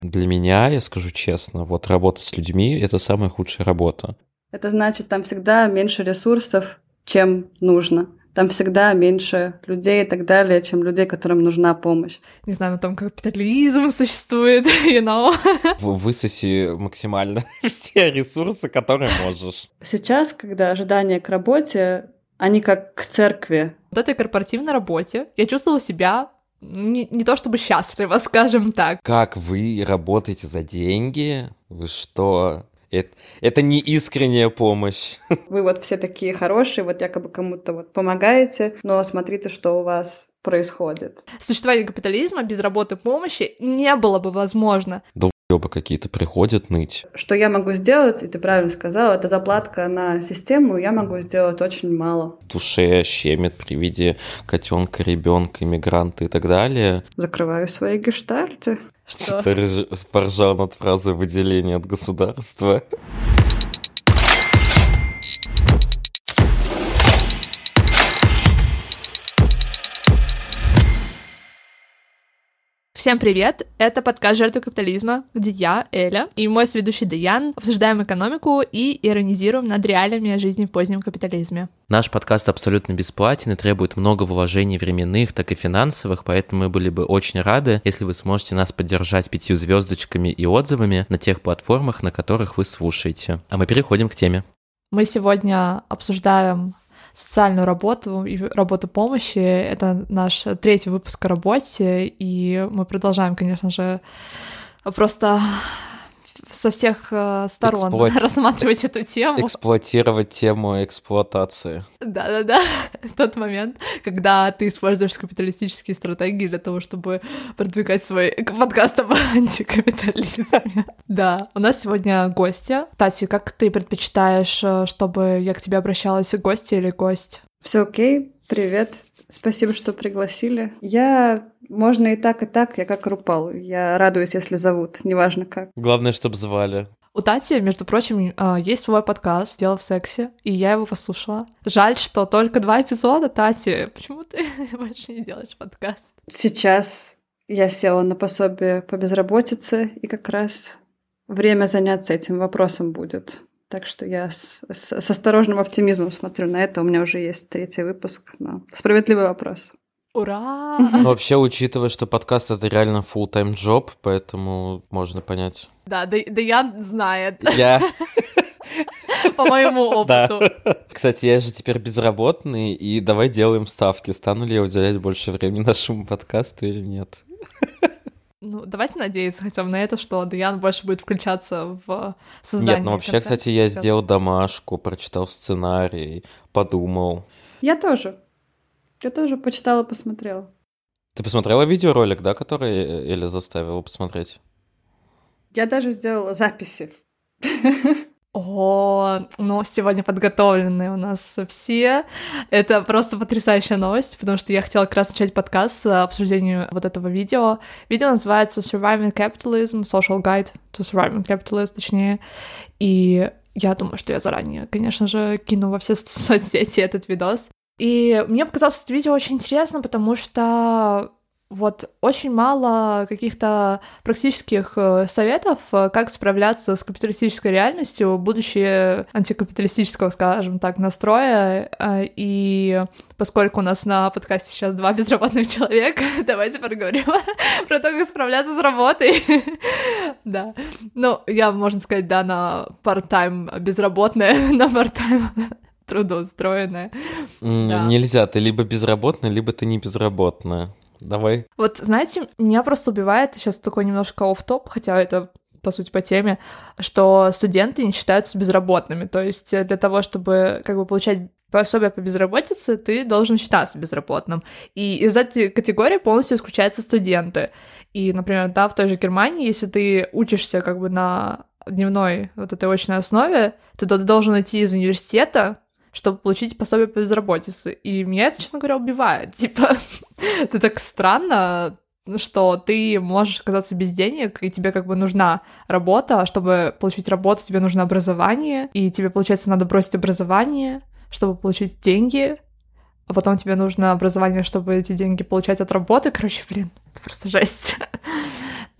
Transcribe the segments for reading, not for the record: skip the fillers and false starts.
Для меня, я скажу честно, вот работа с людьми — это самая худшая работа. Это значит, там всегда меньше ресурсов, чем нужно. Там всегда меньше людей и так далее, чем людей, которым нужна помощь. Не знаю, там капитализм существует, Высоси максимально все ресурсы, которые можешь. Сейчас, когда ожидания к работе, они как к церкви. Вот этой корпоративной работе я чувствовала себя не то чтобы счастливо, скажем так. Как вы работаете за деньги? Вы что? Это не искренняя помощь. Вы вот все такие хорошие, вот якобы кому-то вот помогаете, но смотрите, что у вас происходит. Существование капитализма без работы помощи не было бы возможно. Долбёбы какие-то приходят ныть. Что я могу сделать, и ты правильно сказала, это заплатка на систему, я могу сделать очень мало. В душе щемит при виде котенка, ребенка, иммигранта и так далее. Закрываю свои гештальты. Что? Ты поржал над фразой «выделение от государства». Всем привет! Это подкаст «Жертвы капитализма», где я, Эля, и мой соведущий Даян обсуждаем экономику и иронизируем над реалиями жизни в позднем капитализме. Наш подкаст абсолютно бесплатен и требует много вложений временных, так и финансовых, поэтому мы были бы очень рады, если вы сможете нас поддержать 5 звездочками и отзывами на тех платформах, на которых вы слушаете. А мы переходим к теме. Мы сегодня обсуждаем социальную работу и работу помощи. Это наш 3-й выпуск о работе, и мы продолжаем, конечно же, просто со всех сторон рассматривать эту тему. Эксплуатировать тему эксплуатации. Да-да-да, тот момент, когда ты используешь капиталистические стратегии для того, чтобы продвигать свой подкаст об антикапитализме. Да, у нас сегодня гостья. Тати, как ты предпочитаешь, чтобы я к тебе обращалась, гостья или гость? Все окей, привет. Спасибо, что пригласили. Можно и так, я как Рупал. Я радуюсь, если зовут, неважно как. Главное, чтобы звали. У Тати, между прочим, есть свой подкаст «Дело в сексе», и я его послушала. Жаль, что только 2 эпизода, Тати. Почему ты больше не делаешь подкаст? Сейчас я села на пособие по безработице, и как раз время заняться этим вопросом будет. Так что я с осторожным оптимизмом смотрю на это. У меня уже есть 3-й выпуск, но справедливый вопрос. Ура! Но вообще, учитывая, что подкаст — это реально full-time job, поэтому можно понять. Да Ян знает. Я... По моему опыту. Кстати, я же теперь безработный, и давай делаем ставки. Стану ли я уделять больше времени нашему подкасту или нет? Ну, давайте надеяться хотя бы на это, что Даян больше будет включаться в создание. Нет, ну вообще, кстати, я сделал домашку, прочитал сценарий, подумал. Я тоже почитала, посмотрела. Ты посмотрела видеоролик, да, который Эля заставила посмотреть? Я даже сделала записи. О, ну, сегодня подготовленные у нас все. Это просто потрясающая новость, потому что я хотела как раз начать подкаст с обсуждением вот этого видео. Видео называется Surviving Capitalism, Social Guide to Surviving Capitalism, точнее. И я думаю, что я заранее, конечно же, кину во все соцсети этот видос. И мне показалось это видео очень интересно, потому что вот очень мало каких-то практических советов, как справляться с капиталистической реальностью, будучи антикапиталистического, скажем так, настроя. И поскольку у нас на подкасте сейчас 2 безработных человека, давайте поговорим про то, как справляться с работой. Да. Ну, я, можно сказать, да, на part-time безработная, на part-time трудоустроенная. Нельзя, ты либо безработная, либо ты не безработная. Давай. Вот, знаете, меня просто убивает, сейчас такой немножко офф-топ, хотя это, по сути, по теме, что студенты не считаются безработными. То есть для того, чтобы как бы получать пособие по безработице, ты должен считаться безработным. И из этой категории полностью исключаются студенты. И, например, да, в той же Германии, если ты учишься как бы на дневной вот этой очной основе, то ты должен идти из университета, чтобы получить пособие по безработице. И меня это, честно говоря, убивает. Типа, это так странно, что ты можешь оказаться без денег, и тебе как бы нужна работа, а чтобы получить работу, тебе нужно образование, и тебе, получается, надо бросить образование, чтобы получить деньги, а потом тебе нужно образование, чтобы эти деньги получать от работы. Короче, блин, это просто жесть.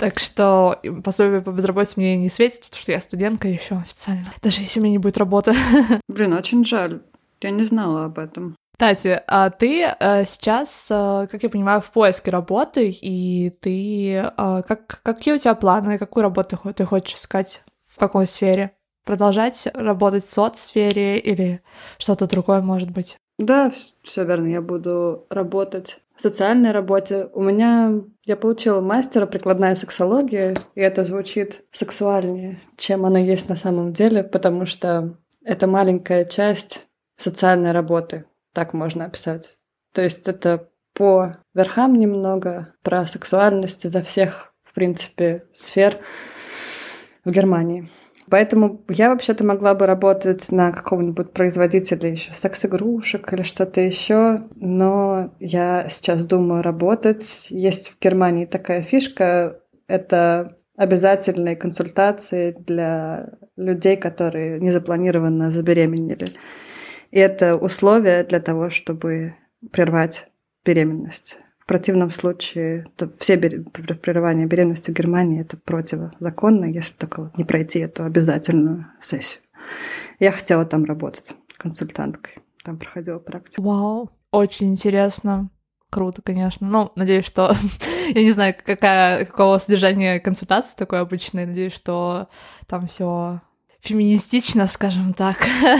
Так что пособие по безработице мне не светит, потому что я студентка еще официально. Даже если у меня не будет работы. Блин, очень жаль. Я не знала об этом. Кстати, а ты сейчас, как я понимаю, в поиске работы, и ты... какие у тебя планы, какую работу ты хочешь искать? В какой сфере? Продолжать работать в соцсфере или что-то другое, может быть? Да, все верно. Я буду работать в социальной работе. Я получила мастера прикладная сексология, и это звучит сексуальнее, чем оно есть на самом деле, потому что это маленькая часть социальной работы, так можно описать. То есть это по верхам немного про сексуальность изо всех, в принципе, сфер в Германии. Поэтому я вообще-то могла бы работать на каком-нибудь производителе еще секс-игрушек или что-то еще, но я сейчас думаю работать. Есть в Германии такая фишка, это обязательные консультации для людей, которые незапланированно забеременели. И это условие для того, чтобы прервать беременность. В противном случае все прерывания беременности в Германии это противозаконно, если только не пройти эту обязательную сессию. Я хотела там работать консультанткой, там проходила практику. Вау, очень интересно. Круто, конечно. Ну, надеюсь, что... Я не знаю, какого содержания консультации такой обычной. Надеюсь, что там все феминистично, скажем так.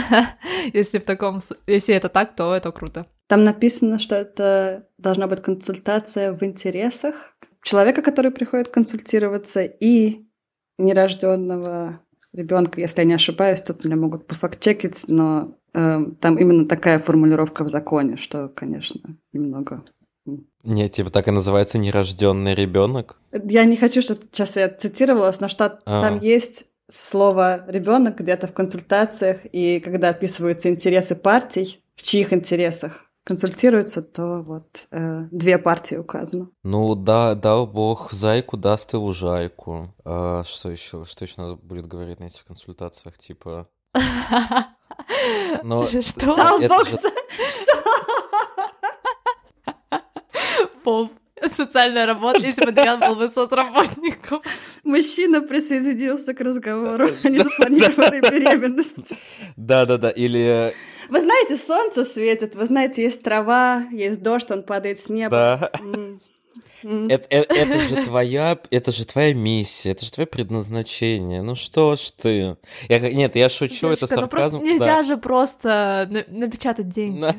Если это так, то это круто. Там написано, что это должна быть консультация в интересах человека, который приходит консультироваться, и нерожденного ребенка, если я не ошибаюсь, тут меня могут пофактчекить, но там именно такая формулировка в законе, что, конечно, немного... Нет, типа так и называется нерожденный ребенок. Я не хочу, чтобы сейчас я цитировалась, но что там есть слово ребенок где-то в консультациях, и когда описываются интересы партий, в чьих интересах консультируются, то вот две партии указано. Ну да, дал бог зайку, даст и лужайку. Что еще надо будет говорить на этих консультациях, типа... Что? Дал бог зайку? Что? Поп. Социальная работа, если бы Адриан был бы соцработником. Мужчина присоединился к разговору о незапланированной беременности. Да-да-да, или... Вы знаете, солнце светит, вы знаете, есть трава, есть дождь, он падает с неба. Да. Это же твоя миссия, это же твое предназначение. Ну что ж ты? Нет, я шучу, это сарказм. Нельзя же просто напечатать деньги.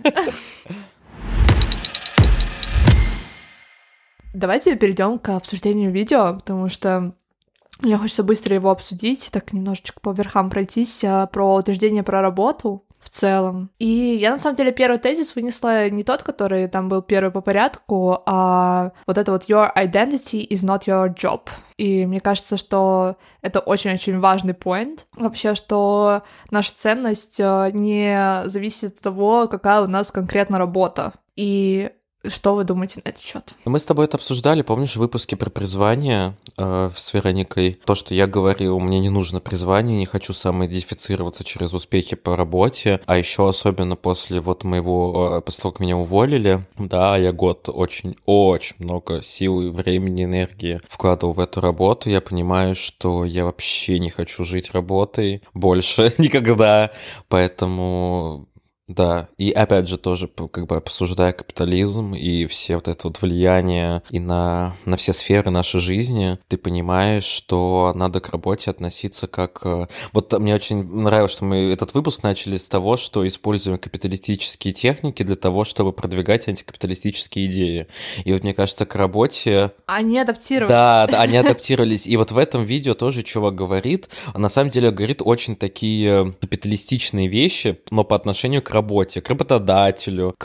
Давайте перейдем к обсуждению видео, потому что мне хочется быстро его обсудить, так немножечко по верхам пройтись, про утверждение про работу в целом. И я, на самом деле, первый тезис вынесла не тот, который там был первый по порядку, а вот это вот «Your identity is not your job». И мне кажется, что это очень-очень важный поинт. Вообще, что наша ценность не зависит от того, какая у нас конкретно работа. И что вы думаете на этот счет? Мы с тобой это обсуждали, помнишь, в выпуске про призвание с Вероникой? То, что я говорил, мне не нужно призвание, не хочу самоидентифицироваться через успехи по работе, а еще особенно после того, как меня уволили, да, я год очень-очень много сил и времени, энергии вкладывал в эту работу, я понимаю, что я вообще не хочу жить работой больше никогда, поэтому... Да, и опять же тоже как бы обсуждая капитализм и все вот это вот влияние и на все сферы нашей жизни, ты понимаешь, что надо к работе относиться как... Вот мне очень нравилось, что мы этот выпуск начали с того, что используем капиталистические техники для того, чтобы продвигать антикапиталистические идеи. И вот мне кажется, к работе... Они адаптировались. Да, они адаптировались. И вот в этом видео тоже чувак говорит, на самом деле говорит очень такие капиталистичные вещи, но по отношению к работе, к работодателю,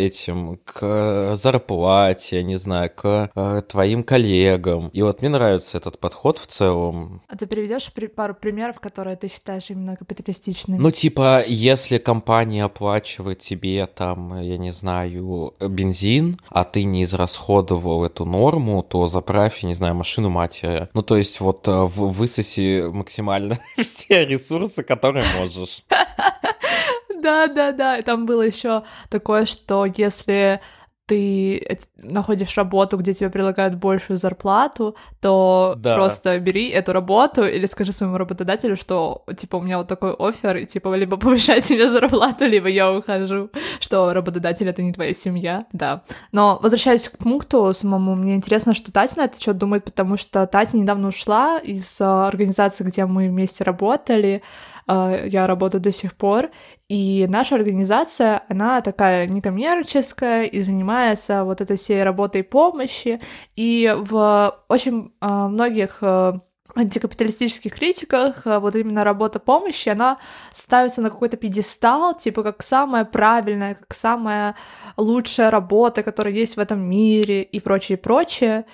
к зарплате, я не знаю, к твоим коллегам. И вот мне нравится этот подход в целом. А ты приведешь пару примеров, которые ты считаешь именно капиталистичными? Ну, типа, если компания оплачивает тебе там, я не знаю, бензин, а ты не израсходовал эту норму, то заправь, я не знаю, машину матери. Ну, то есть вот высоси максимально все ресурсы, которые можешь. Да. И там было еще такое, что если ты находишь работу, где тебе предлагают большую зарплату, то просто бери эту работу или скажи своему работодателю, что, типа, у меня вот такой оффер, и, типа, либо повышайте мне зарплату, либо я ухожу, что работодатель — это не твоя семья, да. Но, возвращаясь к пункту самому, мне интересно, что Татья на это что думает, потому что Татья недавно ушла из организации, где мы вместе работали, я работаю до сих пор, и наша организация, она такая некоммерческая и занимается вот этой всей работой помощи, и в очень многих антикапиталистических критиках вот именно работа помощи, она ставится на какой-то пьедестал, типа как самая правильная, как самая лучшая работа, которая есть в этом мире и прочее, прочее,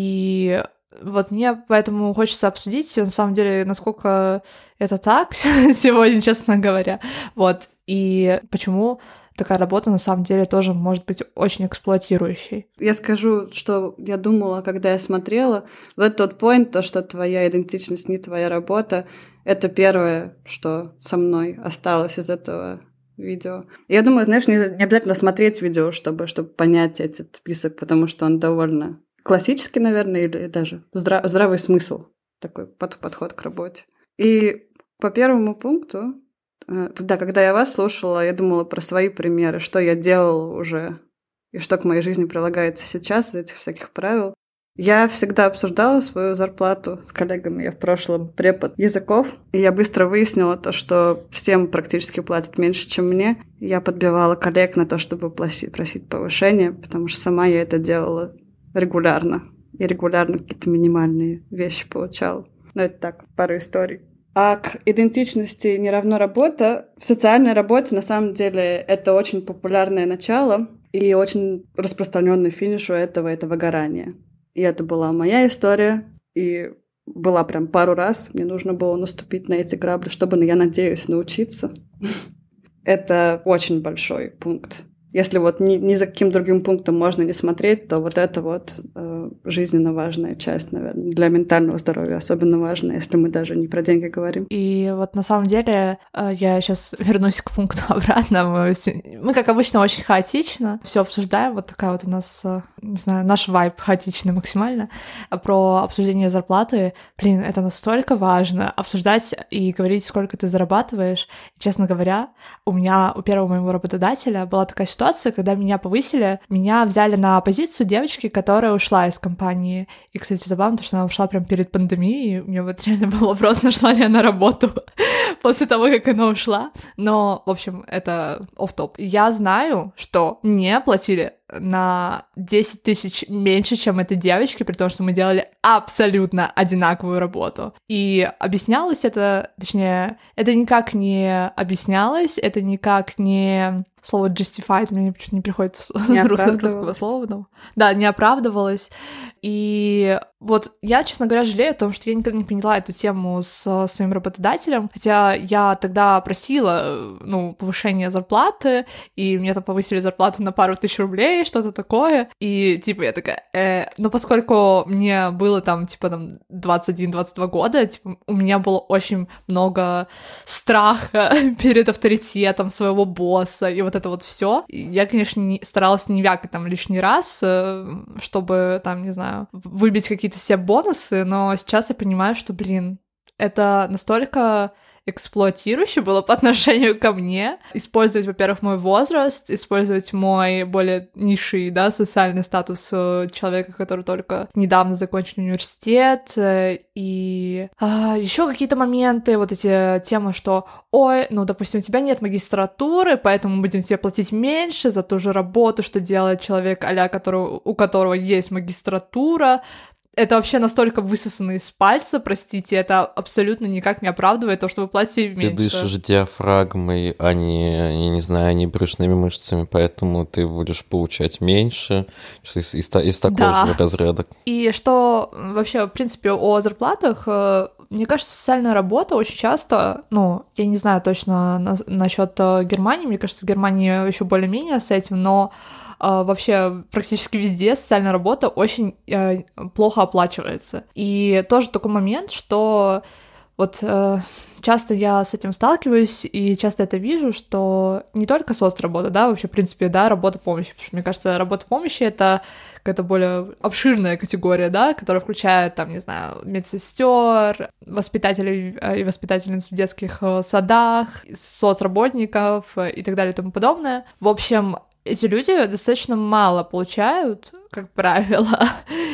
и вот мне поэтому хочется обсудить, на самом деле, насколько это так сегодня, честно говоря, вот, и почему такая работа на самом деле тоже может быть очень эксплуатирующей. Я скажу, что я думала, когда я смотрела, вот этот поинт, то, что твоя идентичность не твоя работа, это первое, что со мной осталось из этого видео. Я думаю, знаешь, не обязательно смотреть видео, чтобы понять этот список, потому что он довольно классический, наверное, или даже здравый смысл, такой подход к работе. И по первому пункту, да, когда я вас слушала, я думала про свои примеры, что я делала уже и что к моей жизни прилагается сейчас из этих всяких правил. Я всегда обсуждала свою зарплату с коллегами. Я в прошлом препод языков, и я быстро выяснила то, что всем практически платят меньше, чем мне. Я подбивала коллег на то, чтобы просить повышения, потому что сама я это делала регулярно. И регулярно какие-то минимальные вещи получала. Но это так, пару историй. А к идентичности не равно работа. В социальной работе, на самом деле, это очень популярное начало и очень распространенный финиш у этого — это выгорание. И это была моя история, и была прям пару раз. Мне нужно было наступить на эти грабли, чтобы, я надеюсь, научиться. Это очень большой пункт. Если вот ни за каким другим пунктом можно не смотреть, то вот это вот жизненно важная часть, наверное, для ментального здоровья особенно важная, если мы даже не про деньги говорим. И вот на самом деле я сейчас вернусь к пункту обратно. Мы, как обычно, очень хаотично все обсуждаем. Вот такая вот у нас, не знаю, наш вайб хаотичный максимально. Про обсуждение зарплаты. Блин, это настолько важно обсуждать и говорить, сколько ты зарабатываешь. И, честно говоря, у первого моего работодателя была такая ситуация, когда меня повысили, меня взяли на позицию девочки, которая ушла из компании. И, кстати, забавно, потому что она ушла прям перед пандемией. У меня вот реально был вопрос, нашла ли она работу после того, как она ушла. Но, в общем, это офф-топ. Я знаю, что мне платили на 10 тысяч меньше, чем этой девочке, при том, что мы делали абсолютно одинаковую работу. И объяснялось это, точнее, это никак не объяснялось, это никак не... Слово justified мне почему-то не приходит русского слова. Но... Да, не оправдывалось. И вот я, честно говоря, жалею о том, что я никогда не поняла эту тему с своим работодателем, хотя я тогда просила, повышение зарплаты, и мне там повысили зарплату на пару тысяч рублей, что-то такое, и, типа, я такая, поскольку мне было там, 21-22 года, у меня было очень много страха перед авторитетом своего босса, и вот это вот все. Я, конечно, старалась не вякать там лишний раз, чтобы, не знаю, выбить какие-то себе бонусы, но сейчас я понимаю, что, это настолько эксплуатирующе было по отношению ко мне. Использовать, во-первых, мой возраст, использовать мой более низший, социальный статус человека, который только недавно закончил университет, и еще какие-то моменты, вот эти темы, что, допустим, у тебя нет магистратуры, поэтому мы будем тебе платить меньше за ту же работу, что делает человек, у которого есть магистратура. Это вообще настолько высосано из пальца, простите, это абсолютно никак не оправдывает то, что вы платите меньше. Ты дышишь диафрагмой, а не брюшными мышцами, поэтому ты будешь получать меньше из такого же разряда. И что вообще, в принципе, о зарплатах, мне кажется, социальная работа очень часто, я не знаю точно насчет Германии, мне кажется, в Германии еще более-менее с этим, но вообще практически везде социальная работа очень плохо оплачивается. И тоже такой момент, что Вот часто я с этим сталкиваюсь, и часто это вижу, что не только соцработа, да, вообще, в принципе, да, работа помощи, потому что, мне кажется, работа помощи — это какая-то более обширная категория, да, которая включает, там, не знаю, медсестер, воспитателей и воспитательниц в детских садах, соцработников и так далее и тому подобное. В общем, эти люди достаточно мало получают, как правило,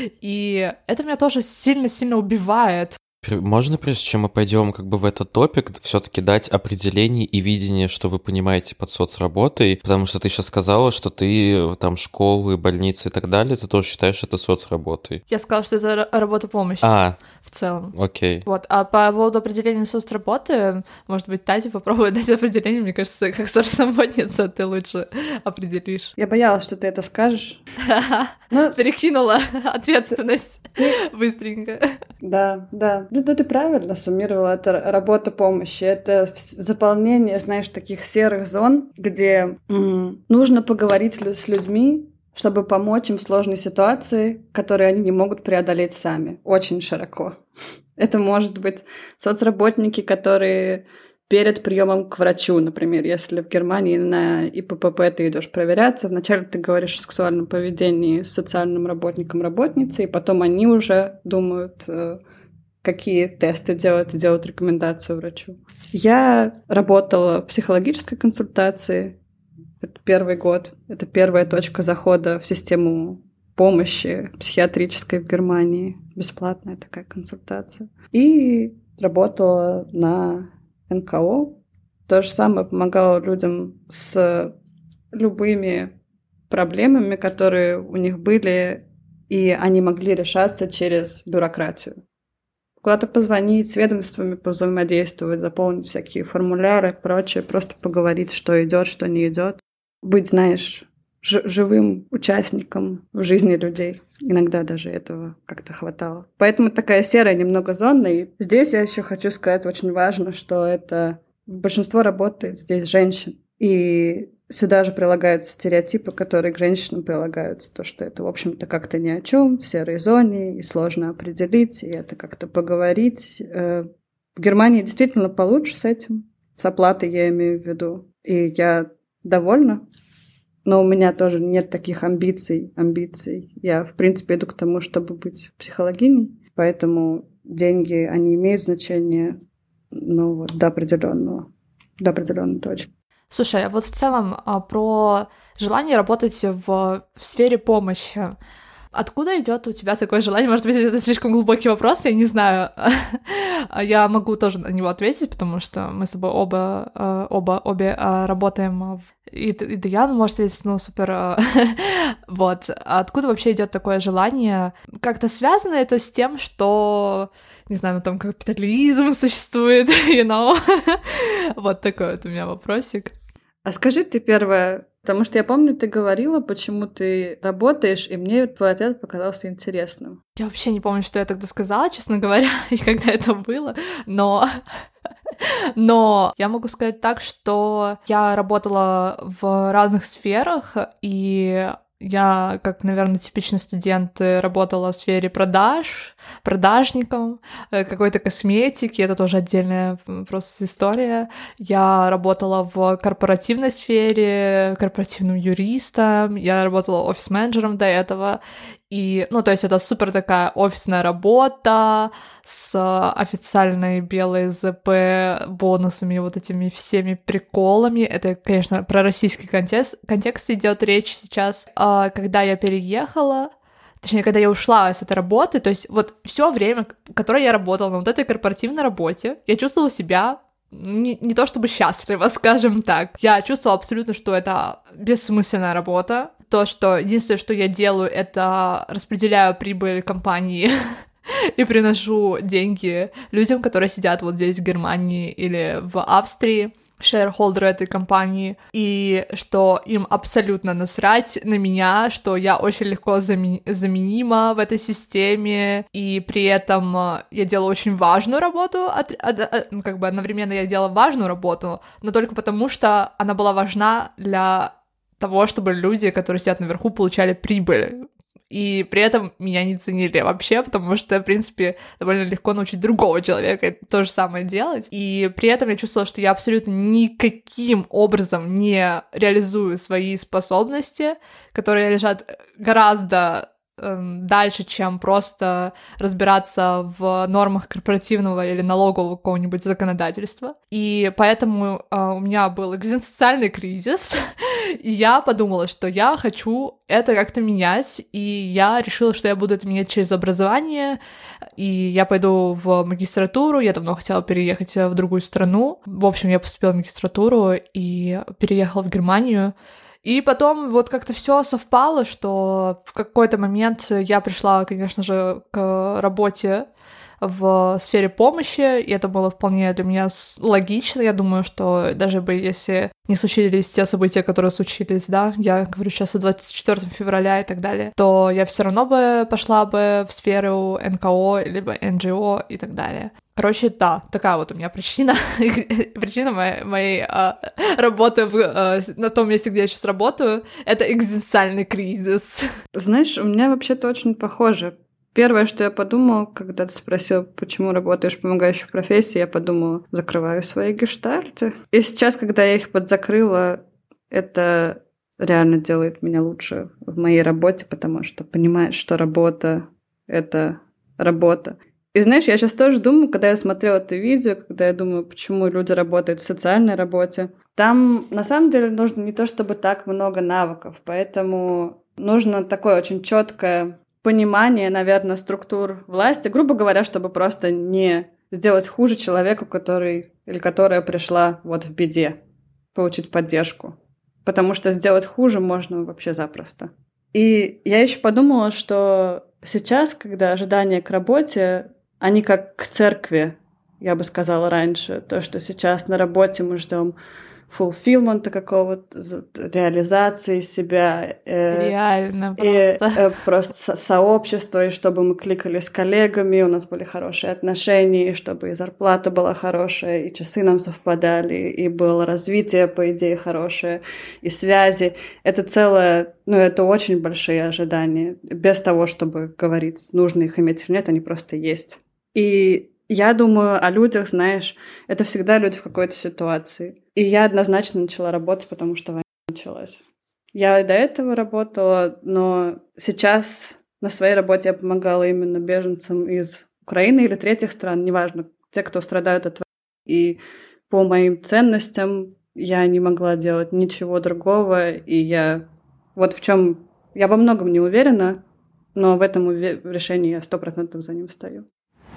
и это меня тоже сильно-сильно убивает. Можно, прежде чем мы пойдем как бы в этот топик, все-таки дать определение и видение, что вы понимаете под соцработой, потому что ты сейчас сказала, что ты там школы, больницы и так далее, ты тоже считаешь это соцработой. Я сказала, что это работа помощи в целом. Окей. Вот, а по поводу определения соцработы, может быть, Татья попробует дать определение, мне кажется, как соцработница ты лучше определишь. Я боялась, что ты это скажешь. Перекинула ответственность быстренько. Да. Ну, ты правильно суммировала. Это работа помощи. Это заполнение, знаешь, таких серых зон, где нужно поговорить с людьми, чтобы помочь им в сложной ситуации, которые они не могут преодолеть сами. Очень широко. Это может быть соцработники, которые перед приемом к врачу, например, если в Германии на ИППП ты идешь проверяться, вначале ты говоришь о сексуальном поведении с социальным работником, работницей, и потом они уже думают, какие тесты делать, и делают рекомендацию врачу. Я работала в психологической консультации. Это первый год. Это первая точка захода в систему помощи психиатрической в Германии. Бесплатная такая консультация. И работала на НКО. То же самое помогало людям с любыми проблемами, которые у них были, и они могли решаться через бюрократию. Куда-то позвонить, с ведомствами повзаимодействовать, заполнить всякие формуляры и прочее, просто поговорить, что идет, что не идет. Быть, знаешь, живым участником в жизни людей. Иногда даже этого как-то хватало. Поэтому такая серая немного зона. И здесь я еще хочу сказать, очень важно, что это большинство работает здесь женщин. И сюда же прилагаются стереотипы, которые к женщинам прилагаются. То, что это, в общем-то, как-то ни о чем, в серой зоне, и сложно определить, и это как-то поговорить. В Германии действительно получше с этим. С оплатой я имею в виду. И я довольна. Но у меня тоже нет таких амбиций. Я, в принципе, иду к тому, чтобы быть психологиней. Поэтому деньги, они имеют значение, но вот до определенной точки. Слушай, а вот в целом про желание работать в сфере помощи. Откуда идет у тебя такое желание? Может быть, это слишком глубокий вопрос, я не знаю. Я могу тоже на него ответить, потому что мы с тобой обе работаем. И Даяна может ответить, ну, супер. Вот. Откуда вообще идет такое желание? Как-то связано это с тем, что, не знаю, ну, там капитализм существует, Вот такой вот у меня вопросик. А скажи ты первое, потому что я помню, ты говорила, почему ты работаешь, и мне твой ответ показался интересным. Я вообще не помню, что я тогда сказала, честно говоря, и когда это было, но я могу сказать так, что я работала в разных сферах, и я, как, наверное, типичный студент, работала в сфере продажником, какой-то косметики, это тоже отдельная просто история. Я работала в корпоративной сфере, корпоративным юристом, я работала офис-менеджером до этого, и, ну, то есть это супер такая офисная работа с официальной белой ЗП, бонусами, вот этими всеми приколами. Это, конечно, про российский контекст идет речь сейчас. Когда я переехала, точнее, когда я ушла с этой работы, то есть вот все время, которое я работала на вот этой корпоративной работе, я чувствовала себя не то чтобы счастлива, скажем так. Я чувствовала абсолютно, что это бессмысленная работа. То, что единственное, что я делаю, это распределяю прибыль компании и приношу деньги людям, которые сидят вот здесь в Германии или в Австрии, шерхолдеры этой компании, и что им абсолютно насрать на меня, что я очень легко заменима в этой системе, и при этом я делаю очень важную работу, как бы одновременно я делала важную работу, но только потому, что она была важна для того, чтобы люди, которые сидят наверху, получали прибыль. И при этом меня не ценили вообще, потому что, в принципе, довольно легко научить другого человека то же самое делать. И при этом я чувствовала, что я абсолютно никаким образом не реализую свои способности, которые лежат гораздо дальше, чем просто разбираться в нормах корпоративного или налогового какого-нибудь законодательства. И поэтому у меня был экзистенциальный кризис, и я подумала, что я хочу это как-то менять, и я решила, что я буду это менять через образование, и я пойду в магистратуру, я давно хотела переехать в другую страну. В общем, я поступила в магистратуру и переехала в Германию. И потом вот как-то все совпало, что в какой-то момент я пришла, конечно же, к работе в сфере помощи, и это было вполне для меня логично. Я думаю, что даже бы если не случились те события, которые случились, да, я говорю сейчас о 24 февраля и так далее, то я все равно бы пошла бы в сферу НКО, либо НГО и так далее. Короче, да, такая вот у меня причина моей работы на том месте, где я сейчас работаю, это экзистенциальный кризис. Знаешь, у меня вообще-то очень похоже. Первое, что я подумала, когда ты спросил, почему работаешь в помогающей профессии, я подумала, закрываю свои гештальты. И сейчас, когда я их подзакрыла, это реально делает меня лучше в моей работе, потому что понимаешь, что работа — это работа. И знаешь, я сейчас тоже думаю, когда я смотрела это видео, когда я думаю, почему люди работают в социальной работе, там на самом деле нужно не то чтобы так много навыков, поэтому нужно такое очень четкое понимание, наверное, структур власти, грубо говоря, чтобы просто не сделать хуже человеку, который или которая пришла вот в беде, получить поддержку. Потому что сделать хуже можно вообще запросто. И я еще подумала, что сейчас, когда ожидания к работе, они как к церкви, я бы сказала раньше, то, что сейчас на работе мы ждем фулфилмента какого-то, реализации себя. Реально просто. И просто сообщество, и чтобы мы кликали с коллегами, у нас были хорошие отношения, и чтобы и зарплата была хорошая, и часы нам совпадали, и было развитие, по идее, хорошее, и связи. Это целое, это очень большие ожидания. Без того, чтобы говорить, нужно их иметь или нет, они просто есть. И я думаю о людях, знаешь, это всегда люди в какой-то ситуации. И я однозначно начала работать, потому что война началась. Я и до этого работала, но сейчас на своей работе я помогала именно беженцам из Украины или третьих стран, неважно, те, кто страдают от войны. И по моим ценностям я не могла делать ничего другого, и я вот в чем я во многом не уверена, но в этом решении я 100% за ним стою.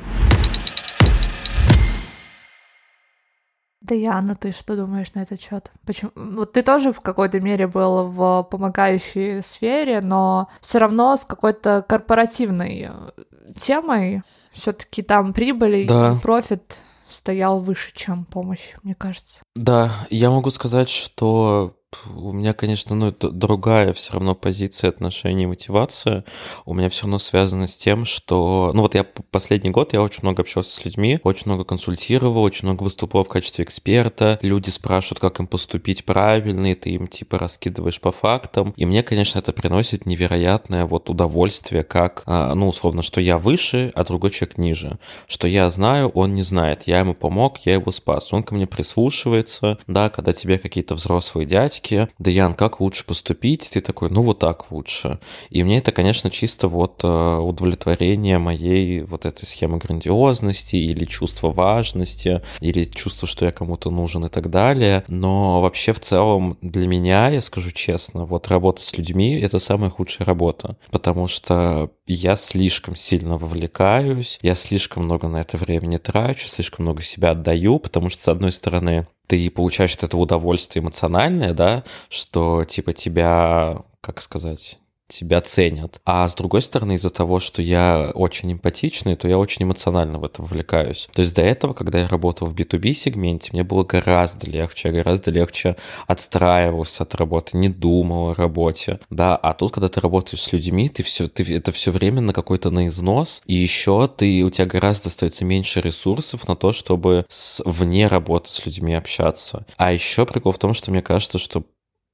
Даяна, ты что думаешь на этот счет? Почему? Вот ты тоже в какой-то мере был в помогающей сфере, но все равно с какой-то корпоративной темой. Все-таки там прибыль и профит стоял выше, чем помощь, мне кажется. Да, я могу сказать, что у меня, конечно, это другая все равно позиция, отношения, мотивация. У меня все равно связано с тем, что... я последний год я очень много общался с людьми, очень много консультировал, очень много выступал в качестве эксперта. Люди спрашивают, как им поступить правильно, и ты им раскидываешь по фактам. И мне, конечно, это приносит невероятное удовольствие, как, условно, что я выше, а другой человек ниже. Что я знаю, он не знает. Я ему помог, я его спас. Он ко мне прислушивается, да, когда тебе какие-то взрослые дядьки, Даян, как лучше поступить? Ты такой, вот так лучше. И мне это, конечно, чисто удовлетворение моей этой схемы грандиозности или чувства важности, или чувства, что я кому-то нужен и так далее. Но вообще в целом для меня, я скажу честно, работа с людьми — это самая худшая работа, потому что я слишком сильно вовлекаюсь, я слишком много на это времени трачу, слишком много себя отдаю, потому что, с одной стороны, ты получаешь от этого удовольствие эмоциональное, да, что тебя, тебя ценят. А с другой стороны, из-за того, что я очень эмпатичный, то я очень эмоционально в это вовлекаюсь. То есть до этого, когда я работал в B2B сегменте, мне было гораздо легче отстраивался от работы, не думал о работе, да, а тут, когда ты работаешь с людьми, ты это все время на какой-то износ, и еще у тебя гораздо остается меньше ресурсов на то, чтобы вне работы с людьми общаться. А еще прикол в том, что мне кажется, что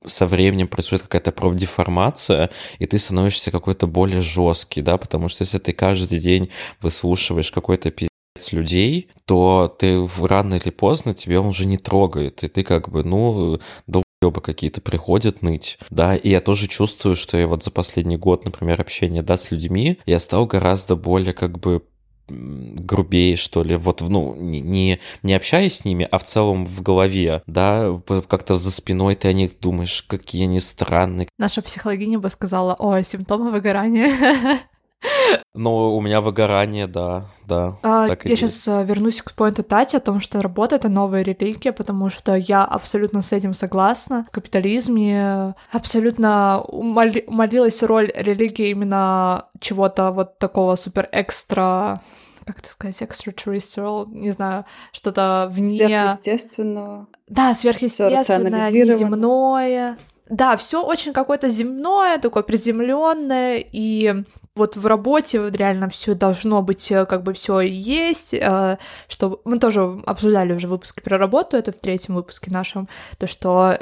со временем происходит какая-то профдеформация, и ты становишься какой-то более жесткий, да, потому что если ты каждый день выслушиваешь какой-то пиздец людей, то ты рано или поздно тебе он уже не трогает, и ты как бы, ну, долбоёбы какие-то приходят ныть, да, и я тоже чувствую, что я вот за последний год, например, общения, да, с людьми, я стал гораздо более как бы грубее, что ли, вот, ну, не общаясь с ними, а в целом в голове, да, как-то за спиной ты о них думаешь, какие они странные. Наша психологиня бы сказала: о, симптомы выгорания. Но у меня выгорание, да, так и Я есть. сейчас вернусь к поинту Тати о том, что работа — это новая религия, потому что я абсолютно с этим согласна. В капитализме абсолютно умолилась роль религии именно чего-то вот такого супер-экстра, как это сказать, extraterrestrial, не знаю, что-то вне... Сверхъестественного. Да, сверхъестественное, неземное. Да, все очень какое-то земное, такое приземленное, и вот в работе вот реально все должно быть, как бы все есть, что мы тоже обсуждали уже в выпуске про работу, это в 3-м выпуске нашем, то, что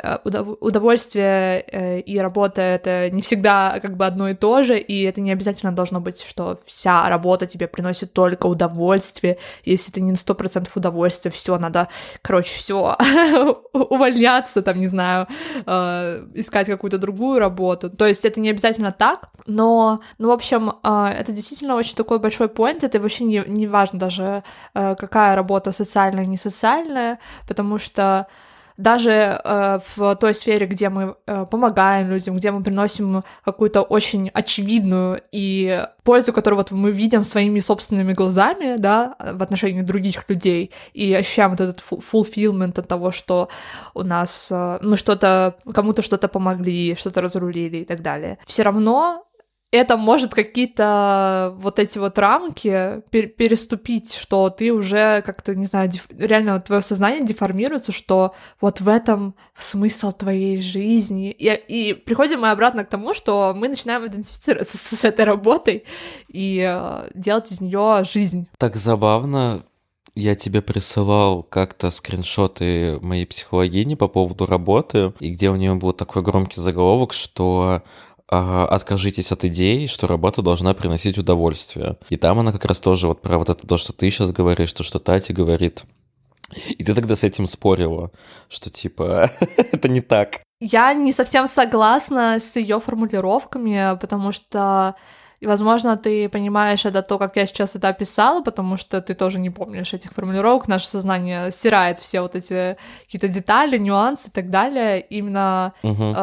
удовольствие и работа — это не всегда как бы одно и то же, и это не обязательно должно быть, что вся работа тебе приносит только удовольствие, если ты не на 100% удовольствия, все надо, короче, все увольняться, там, не знаю, искать какую-то другую работу, то есть это не обязательно так, но, ну, в общем, это действительно очень такой большой поинт, это вообще не важно даже, какая работа социальная, не социальная, потому что даже в той сфере, где мы помогаем людям, где мы приносим какую-то очень очевидную и пользу, которую вот мы видим своими собственными глазами, да, в отношении других людей, и ощущаем вот этот fulfillment от того, что у нас мы что-то, кому-то что-то помогли, что-то разрулили и так далее. Все равно это может какие-то вот эти вот рамки переступить, что ты уже как-то, не знаю, реально твое сознание деформируется, что вот в этом смысл твоей жизни. И приходим мы обратно к тому, что мы начинаем идентифицироваться с этой работой и делать из нее жизнь. Так забавно. Я тебе присылал как-то скриншоты моей психологини по поводу работы, и где у нее был такой громкий заголовок, что откажитесь от идеи, что работа должна приносить удовольствие. И там она как раз тоже вот про вот это то, что ты сейчас говоришь, то, что Тати говорит. И ты тогда с этим спорила, что типа это не так. Я не совсем согласна с ее формулировками, потому что, возможно, ты понимаешь это то, как я сейчас это описала, потому что ты тоже не помнишь этих формулировок, наше сознание стирает все вот эти какие-то детали, нюансы и так далее. Именно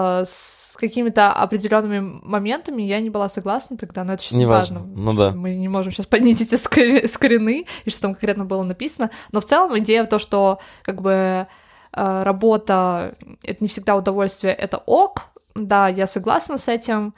с какими-то определенными моментами я не была согласна тогда, но это сейчас не важно. Ну да. Мы не можем сейчас поднять эти скрины, и что там конкретно было написано. Но в целом идея в том, что как бы работа — это не всегда удовольствие, это ок. Да, я согласна с этим,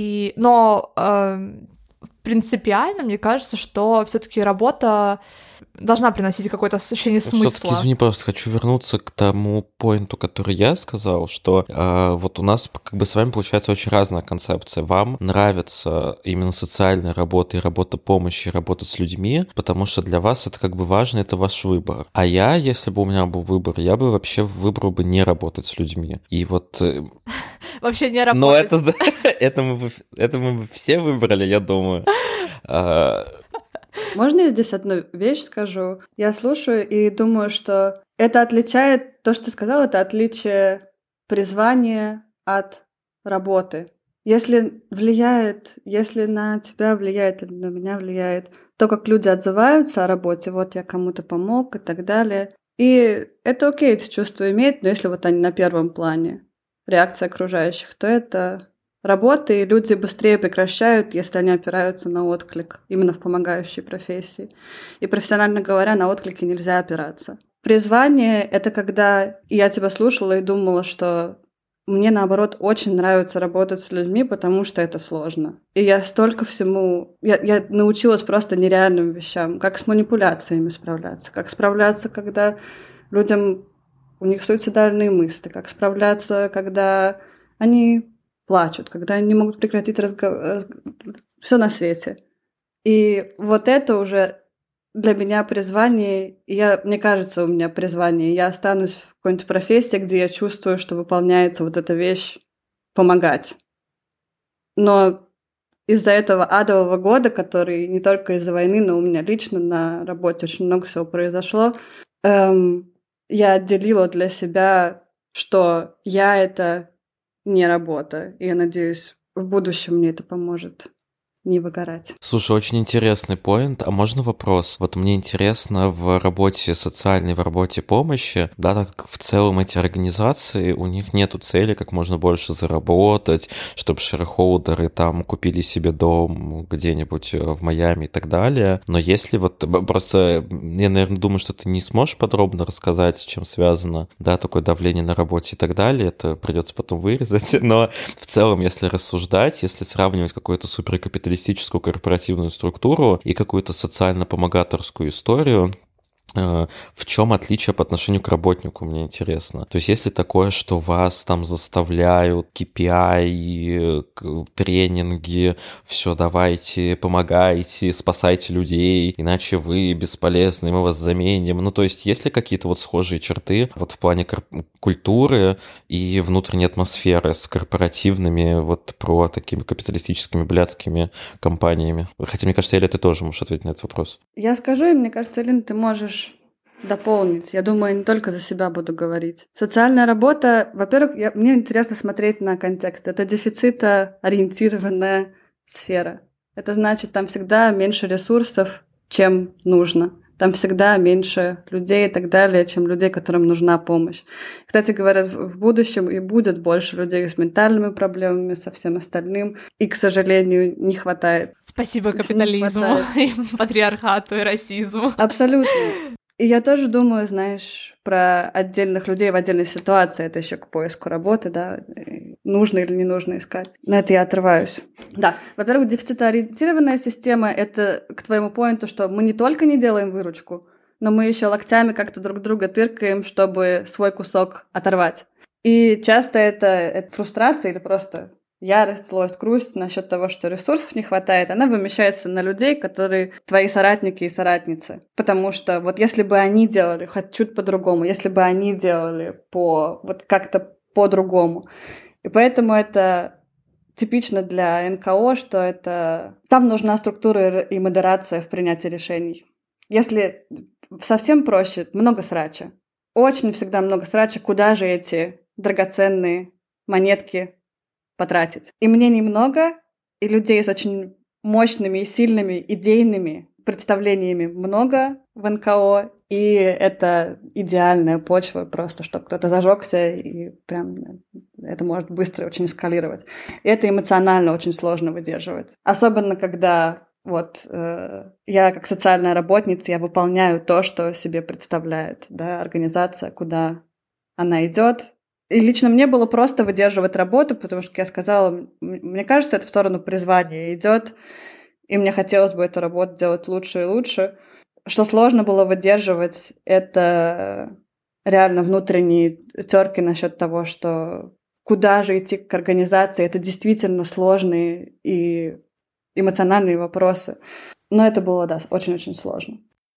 но принципиально мне кажется, что все-таки работа должна приносить какое-то ощущение смысла. Все-таки, извини, просто хочу вернуться к тому поинту, который я сказал, что вот у нас как бы с вами получается очень разная концепция. Вам нравится именно социальная работа и работа помощи, и работа с людьми, потому что для вас это как бы важно, это ваш выбор. А я, если бы у меня был выбор, я бы вообще выбрал бы не работать с людьми. И вот... Вообще не работать. Но это мы бы все выбрали, я думаю. Можно я здесь одну вещь скажу? Я слушаю и думаю, что это отличает, то, что ты сказал, это отличие призвания от работы. Если на тебя влияет или на меня влияет то, как люди отзываются о работе, вот я кому-то помог и так далее, и это окей, это чувство иметь, но если вот они на первом плане, реакция окружающих, то это... Работы, и люди быстрее прекращают, если они опираются на отклик, именно в помогающей профессии. И профессионально говоря, на отклики нельзя опираться. Призвание — это когда я тебя слушала и думала, что мне, наоборот, очень нравится работать с людьми, потому что это сложно. И я столько всему... Я научилась просто нереальным вещам, как с манипуляциями справляться, как справляться, когда людям... У них суицидальные мысли, как справляться, когда они... плачут, когда они не могут прекратить разговор, все на свете. И вот это уже для меня призвание, мне кажется, у меня призвание, я останусь в какой-нибудь профессии, где я чувствую, что выполняется вот эта вещь помогать. Но из-за этого адового года, который не только из-за войны, но у меня лично на работе очень много всего произошло, я отделила для себя, что я — это не работа. И я надеюсь, в будущем мне это поможет не выгорать. Слушай, очень интересный поинт. А можно вопрос? Вот мне интересно в работе социальной, в работе помощи, да, так как в целом эти организации, у них нету цели как можно больше заработать, чтобы шерхолдеры там купили себе дом где-нибудь в Майами и так далее. Но если вот просто, я, наверное, думаю, что ты не сможешь подробно рассказать, с чем связано, да, такое давление на работе и так далее, это придется потом вырезать. Но в целом, если рассуждать, если сравнивать какую-то суперкапиталистическую корпоративную структуру и какую-то социально-помогаторскую историю, в чем отличие по отношению к работнику, мне интересно. То есть если такое, что вас там заставляют KPI, тренинги, все, давайте, помогайте, спасайте людей, иначе вы бесполезны, мы вас заменим. Ну, то есть есть ли какие-то вот схожие черты вот в плане культуры и внутренней атмосферы с корпоративными вот про такими капиталистическими блядскими компаниями? Хотя, мне кажется, Эля, ты тоже можешь ответить на этот вопрос. Я скажу, и мне кажется, Элина, ты можешь дополнить. Я думаю, я не только за себя буду говорить. Социальная работа, во-первых, мне интересно смотреть на контекст. Это дефицитоориентированная сфера. Это значит, там всегда меньше ресурсов, чем нужно. Там всегда меньше людей и так далее, чем людей, которым нужна помощь. Кстати говоря, в будущем и будет больше людей с ментальными проблемами, со всем остальным. И, к сожалению, не хватает. Спасибо капитализму, и патриархату и расизму. Абсолютно. И я тоже думаю, знаешь, про отдельных людей в отдельной ситуации. Это еще к поиску работы, да, нужно или не нужно искать. Но это я отрываюсь. Да, во-первых, дефицитоориентированная система — это к твоему поинту, что мы не только не делаем выручку, но мы еще локтями как-то друг друга тыркаем, чтобы свой кусок оторвать. И часто это фрустрация или просто ярость, злость, грусть насчет того, что ресурсов не хватает, она вымещается на людей, которые твои соратники и соратницы. Потому что вот если бы они делали хоть чуть по-другому, если бы они делали вот как-то по-другому. И поэтому это типично для НКО, что там нужна структура и модерация в принятии решений. Если совсем проще, много срача. Очень всегда много срача, куда же эти драгоценные монетки потратить. И мне немного, и людей с очень мощными и сильными идейными представлениями много в НКО, и это идеальная почва просто, чтобы кто-то зажегся, и прям это может быстро очень эскалировать. И это эмоционально очень сложно выдерживать. Особенно, когда я как социальная работница, я выполняю то, что себе представляет, да, организация, куда она идет. И лично мне было просто выдерживать работу, потому что, как я сказала, мне кажется, это в сторону призвания идет, и мне хотелось бы эту работу делать лучше и лучше. Что сложно было выдерживать, это реально внутренние терки насчет того, что куда же идти к организации. Это действительно сложные и эмоциональные вопросы. Но это было, да, очень-очень сложно.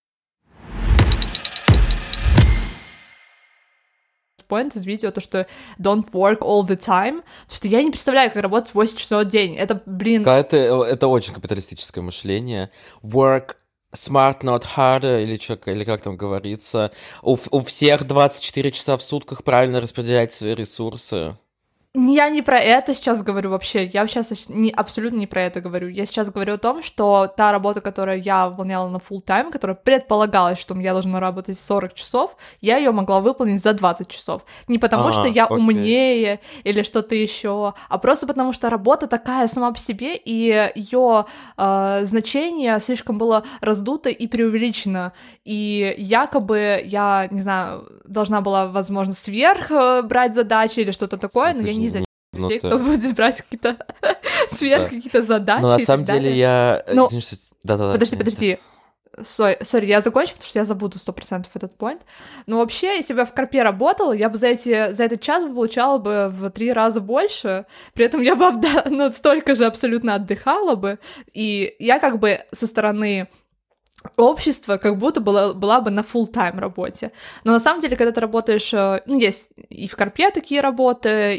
Point из видео, то, что don't work all the time, потому что я не представляю, как работать 8 часов в день. Это, Это очень капиталистическое мышление. Work smart, not harder, или как там говорится. У всех 24 часа в сутках правильно распределять свои ресурсы. Я не про это сейчас говорю вообще, я сейчас абсолютно не про это говорю. Я сейчас говорю о том, что та работа, которую я выполняла на full time, которая предполагалась, что я должна работать 40 часов, я ее могла выполнить за 20 часов. Не потому что я умнее или что-то еще, а просто потому что работа такая сама по себе, и ее значение слишком было раздуто и преувеличено. И якобы я, не знаю, должна была, возможно, сверх брать задачи или что-то такое, но я не знаю, кто будет брать какие-то сверх какие-то задачи. Но на самом деле я... Подожди. Сори, я закончу, потому что я забуду 100% этот point. Но вообще, если бы я в корпе работала, я бы за этот час получала бы в 3 раза больше, при этом я бы столько же абсолютно отдыхала бы, и я как бы со стороны общество как будто была бы на full-time работе. Но на самом деле, когда ты работаешь, есть и в корпе такие работы,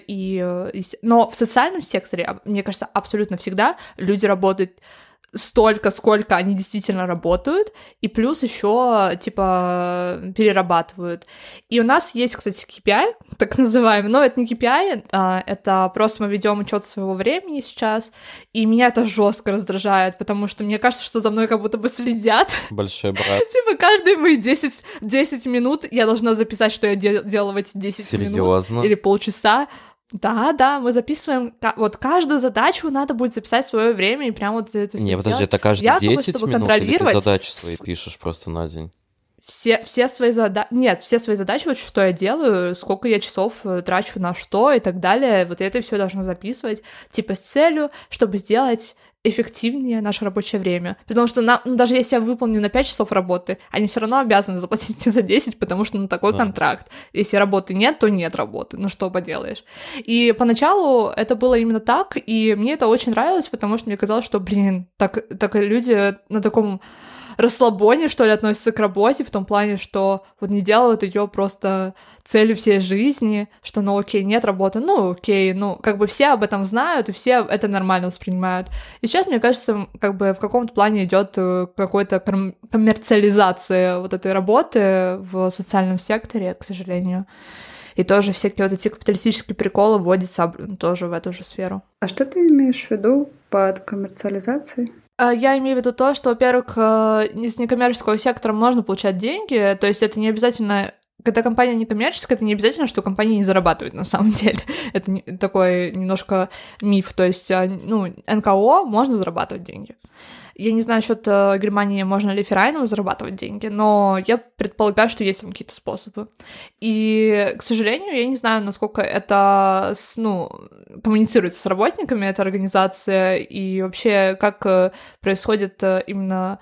но в социальном секторе, мне кажется, абсолютно всегда люди работают столько, сколько они действительно работают, и плюс еще, типа, перерабатывают. И у нас есть, кстати, KPI, так называемый, но это не KPI, это просто мы ведем учет своего времени сейчас, и меня это жестко раздражает, потому что мне кажется, что за мной как будто бы следят. Большой брат. Типа, каждые мои 10 минут я должна записать, что я делала в эти 10 Серьезно? минут или полчаса. Да, мы записываем, вот каждую задачу надо будет записать в свое время и прям вот это Не, подожди, это каждые 10 минут или ты задачи свои пишешь просто на день? Все свои задачи... Нет, все свои задачи, вот что я делаю, сколько я часов трачу на что и так далее, вот это все должна записывать, типа с целью, чтобы сделать эффективнее наше рабочее время. Потому что даже если я выполню на 5 часов работы, они все равно обязаны заплатить мне за 10, потому что такой контракт. Если работы нет, то нет работы. Ну что поделаешь. И поначалу это было именно так, и мне это очень нравилось, потому что мне казалось, что, так люди на таком расслабоне, что ли, относятся к работе, в том плане, что вот не делают ее просто целью всей жизни, что, окей, нет работы, окей, как бы все об этом знают, и все это нормально воспринимают. И сейчас, мне кажется, как бы в каком-то плане идет какой-то коммерциализация вот этой работы в социальном секторе, к сожалению. И тоже всякие вот эти капиталистические приколы вводятся тоже в эту же сферу. А что ты имеешь в виду под коммерциализацией? Я имею в виду то, что, во-первых, из некоммерческого сектора можно получать деньги, то есть это не обязательно, когда компания некоммерческая, это не обязательно, что компания не зарабатывает на самом деле. Это такой немножко миф, то есть, НКО можно зарабатывать деньги. Я не знаю насчет Германии, можно ли ферайном зарабатывать деньги, но я предполагаю, что есть там какие-то способы. И, к сожалению, я не знаю, насколько это, коммуницируется с работниками, эта организация, и вообще, как происходит именно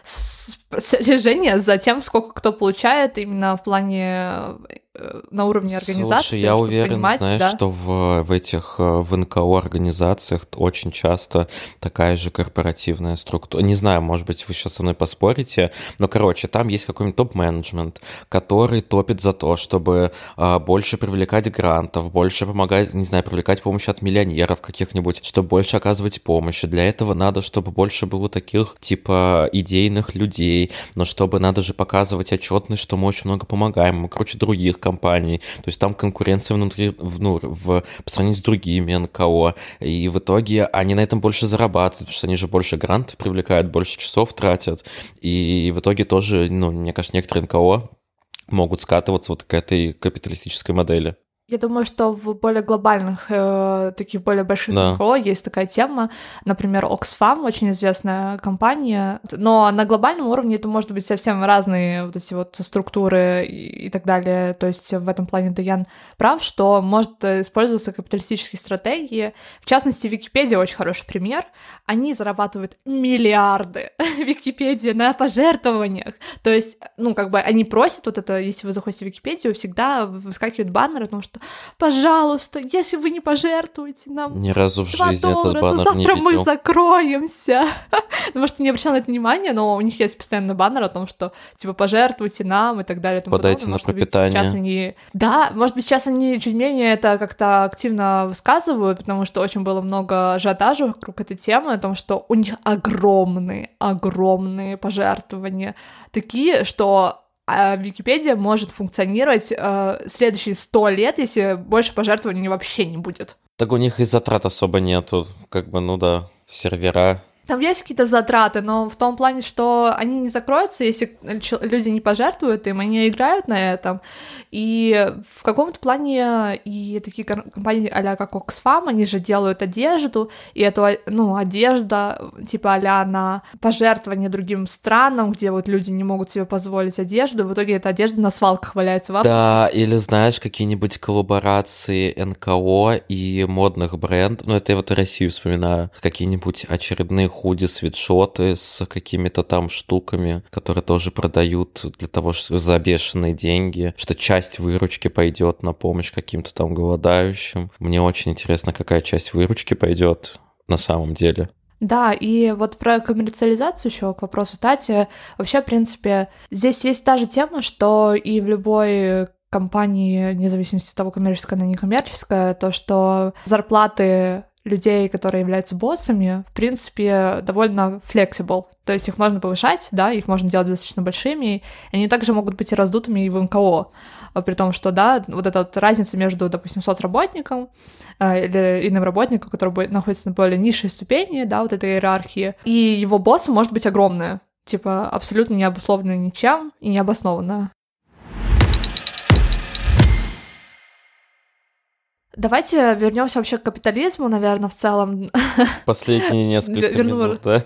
слежение за тем, сколько кто получает именно в плане на уровне организации. Слушай, я уверен, что в этих в НКО организациях очень часто такая же корпоративная структура. Не знаю, может быть, вы сейчас со мной поспорите, но, там есть какой-нибудь топ-менеджмент, который топит за то, чтобы больше привлекать грантов, больше помогать, не знаю, привлекать помощь от миллионеров каких-нибудь, чтобы больше оказывать помощь. И для этого надо, чтобы больше было таких, типа, идейных людей, но чтобы надо же показывать отчетность, что мы очень много помогаем, мы, других компаний, то есть там конкуренция внутри, по сравнению с другими НКО, и в итоге они на этом больше зарабатывают, потому что они же больше грантов привлекают, больше часов тратят, и в итоге тоже, мне кажется, некоторые НКО могут скатываться вот к этой капиталистической модели. Я думаю, что в более глобальных, таких более больших НКО есть такая тема, например, Oxfam, очень известная компания, но на глобальном уровне это может быть совсем разные вот эти вот структуры и так далее, то есть в этом плане Даян прав, что может использоваться капиталистические стратегии, в частности, Википедия очень хороший пример, они зарабатывают миллиарды, Википедия, на пожертвованиях, то есть, они просят вот это, если вы заходите в Википедию, всегда выскакивает баннер о том, что пожалуйста, если вы не пожертвуете нам ни разу в жизни $2, этот баннер то не завтра видел. мы закроемся. Может, не обращал на это внимания, но у них есть постоянно баннер о том, что, типа, пожертвуйте нам и так далее. Подайте на пропитание. Да, может быть, сейчас они чуть менее это как-то активно высказывают, потому что очень было много ажиотажа вокруг этой темы, о том, что у них огромные пожертвования, такие, что Википедия может функционировать следующие 100 лет, если больше пожертвований вообще не будет. Так у них и затрат особо нету, сервера. Там есть какие-то затраты, но в том плане, что они не закроются, если люди не пожертвуют им, они играют на этом. И в каком-то плане и такие компании а-ля как Oxfam, они же делают одежду, и эту, одежда типа а-ля на пожертвование другим странам, где вот люди не могут себе позволить одежду, и в итоге эта одежда на свалках валяется в Африке. Да, или знаешь, какие-нибудь коллаборации НКО и модных брендов, это я вот Россию вспоминаю, какие-нибудь очередные худи, свитшоты с какими-то там штуками, которые тоже продают для того, чтобы за бешеные деньги, что часть выручки пойдет на помощь каким-то там голодающим. Мне очень интересно, какая часть выручки пойдет на самом деле. Да, и вот про коммерциализацию еще к вопросу Тати. Вообще, в принципе, здесь есть та же тема, что и в любой компании, вне зависимости от того, коммерческая она, некоммерческая, то, что зарплаты людей, которые являются боссами, в принципе, довольно flexible. То есть их можно повышать, да, их можно делать достаточно большими, и они также могут быть и раздутыми и в НКО. При том, что, да, вот эта вот разница между, допустим, соцработником или иным работником, который находится на более низшей ступени, да, вот этой иерархии, и его боссом может быть огромная, типа абсолютно не обусловленная ничем и не обоснованная. Давайте вернемся вообще к капитализму, наверное, в целом. Последние несколько минут, да?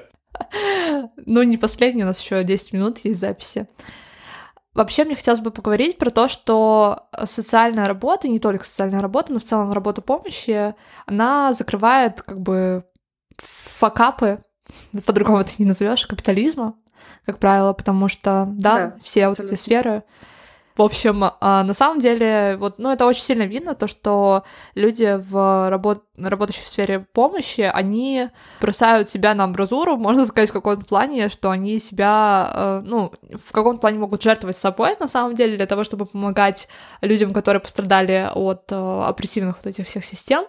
Ну, не последние, у нас еще 10 минут есть записи. Вообще, мне хотелось бы поговорить про то, что социальная работа, не только социальная работа, но в целом работа помощи, она закрывает как бы факапы, по-другому это не назовешь, капитализма, как правило, потому что, да, все вот эти сферы. В общем, на самом деле, вот, ну, это очень сильно видно, то, что люди, работающие в сфере помощи, они бросают себя на амбразуру, можно сказать, в каком-то плане, что они себя, ну, в каком-то плане могут жертвовать собой, на самом деле, для того, чтобы помогать людям, которые пострадали от опрессивных вот этих всех систем.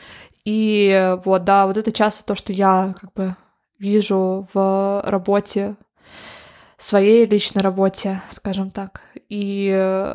И вот, да, вот это часто то, что я как бы вижу в работе, своей личной работе, скажем так, и